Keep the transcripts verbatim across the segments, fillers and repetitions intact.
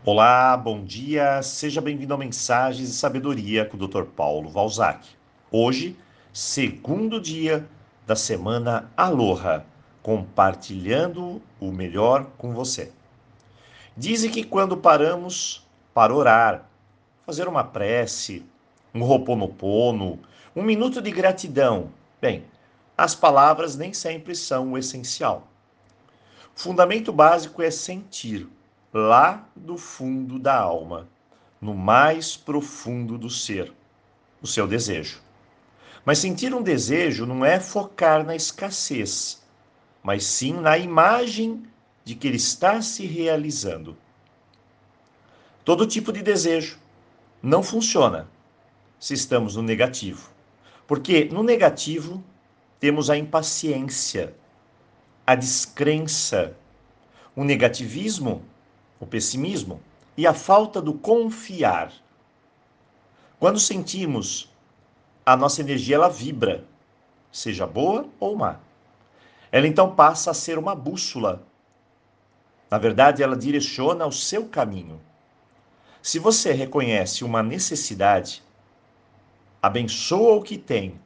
Olá, bom dia, seja bem-vindo ao Mensagens de Sabedoria com o doutor Paulo Valzac. Hoje, segundo dia da semana Aloha, compartilhando o melhor com você. Dizem que quando paramos para orar, fazer uma prece, um ho'oponopono, um minuto de gratidão, bem, as palavras nem sempre são o essencial. O fundamento básico é sentir, lá do fundo da alma, no mais profundo do ser, o seu desejo. Mas sentir um desejo não é focar na escassez, mas sim na imagem de que ele está se realizando. Todo tipo de desejo não funciona se estamos no negativo, porque no negativo temos a impaciência, a descrença, o negativismo, o pessimismo e a falta do confiar. Quando sentimos, a nossa energia ela vibra, seja boa ou má. Ela então passa a ser uma bússola. Na verdade, ela direciona o seu caminho. Se você reconhece uma necessidade, abençoa o que tem,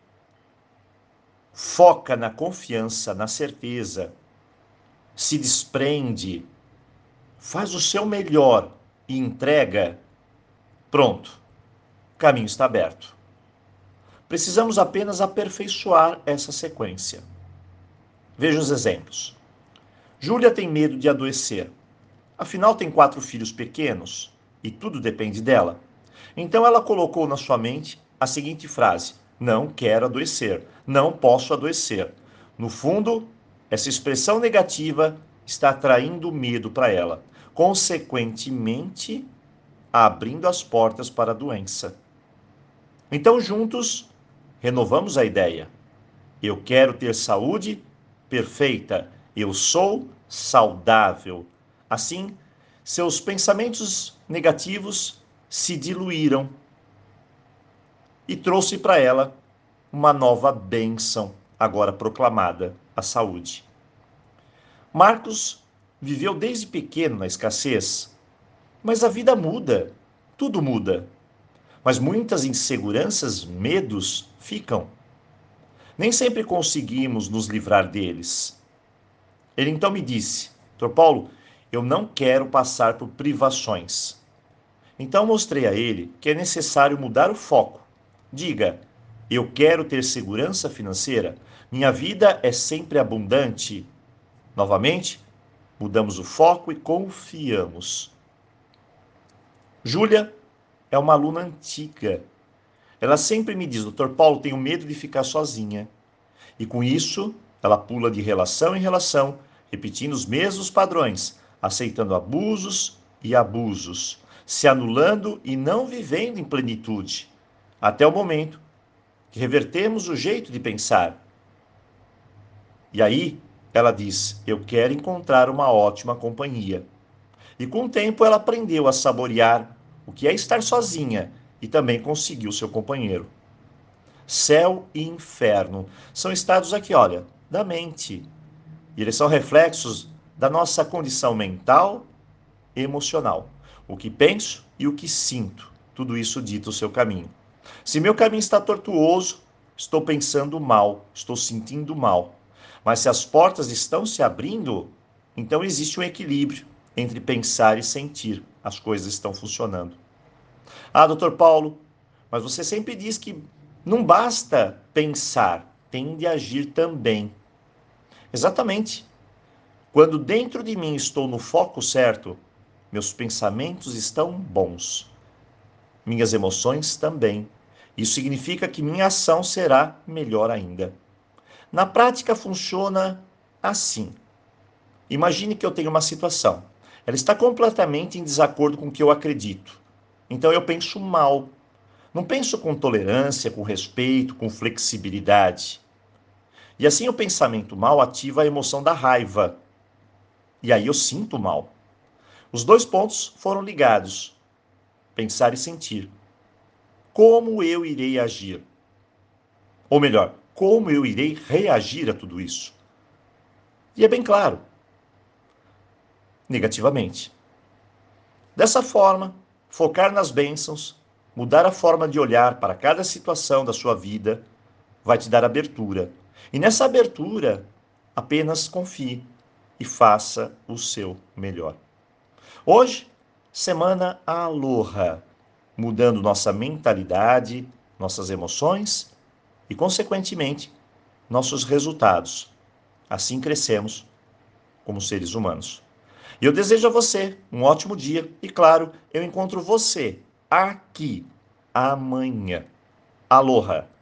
foca na confiança, na certeza, se desprende, faz o seu melhor e entrega, pronto, o caminho está aberto. Precisamos apenas aperfeiçoar essa sequência. Veja os exemplos. Júlia tem medo de adoecer. Afinal, tem quatro filhos pequenos e tudo depende dela. Então, ela colocou na sua mente a seguinte frase: não quero adoecer, não posso adoecer. No fundo, essa expressão negativa está atraindo medo para ela, consequentemente, abrindo as portas para a doença. Então, juntos, renovamos a ideia. Eu quero ter saúde perfeita. Eu sou saudável. Assim, seus pensamentos negativos se diluíram e trouxe para ela uma nova bênção, agora proclamada, a saúde. Marcos viveu desde pequeno na escassez, mas a vida muda, tudo muda. Mas muitas inseguranças, medos ficam. Nem sempre conseguimos nos livrar deles. Ele então me disse: doutor Paulo, eu não quero passar por privações. Então mostrei a ele que é necessário mudar o foco. Diga: eu quero ter segurança financeira. Minha vida é sempre abundante. Novamente, mudamos o foco e confiamos. Júlia é uma aluna antiga. Ela sempre me diz: doutor Paulo, tenho medo de ficar sozinha. E com isso, ela pula de relação em relação, repetindo os mesmos padrões, aceitando abusos e abusos, se anulando e não vivendo em plenitude, até o momento que revertemos o jeito de pensar. E aí, ela diz: eu quero encontrar uma ótima companhia. E com o tempo, ela aprendeu a saborear o que é estar sozinha e também conseguiu seu companheiro. Céu e inferno são estados aqui, olha, da mente. E eles são reflexos da nossa condição mental e emocional. O que penso e o que sinto, tudo isso dita o seu caminho. Se meu caminho está tortuoso, estou pensando mal, estou sentindo mal. Mas se as portas estão se abrindo, então existe um equilíbrio entre pensar e sentir. As coisas estão funcionando. Ah, doutor Paulo, mas você sempre diz que não basta pensar, tem de agir também. Exatamente. Quando dentro de mim estou no foco certo, meus pensamentos estão bons, minhas emoções também. Isso significa que minha ação será melhor ainda. Na prática funciona assim. Imagine que eu tenho uma situação. Ela está completamente em desacordo com o que eu acredito. Então eu penso mal. Não penso com tolerância, com respeito, com flexibilidade. E assim o pensamento mal ativa a emoção da raiva. E aí eu sinto mal. Os dois pontos foram ligados: pensar e sentir. Como eu irei agir? Ou melhor, como eu irei reagir a tudo isso? E é bem claro: negativamente. Dessa forma, focar nas bênçãos, mudar a forma de olhar para cada situação da sua vida, vai te dar abertura. E nessa abertura, apenas confie e faça o seu melhor. Hoje, semana Aloha, mudando nossa mentalidade, nossas emoções e, consequentemente, nossos resultados. Assim crescemos como seres humanos. E eu desejo a você um ótimo dia e, claro, eu encontro você aqui amanhã. Aloha!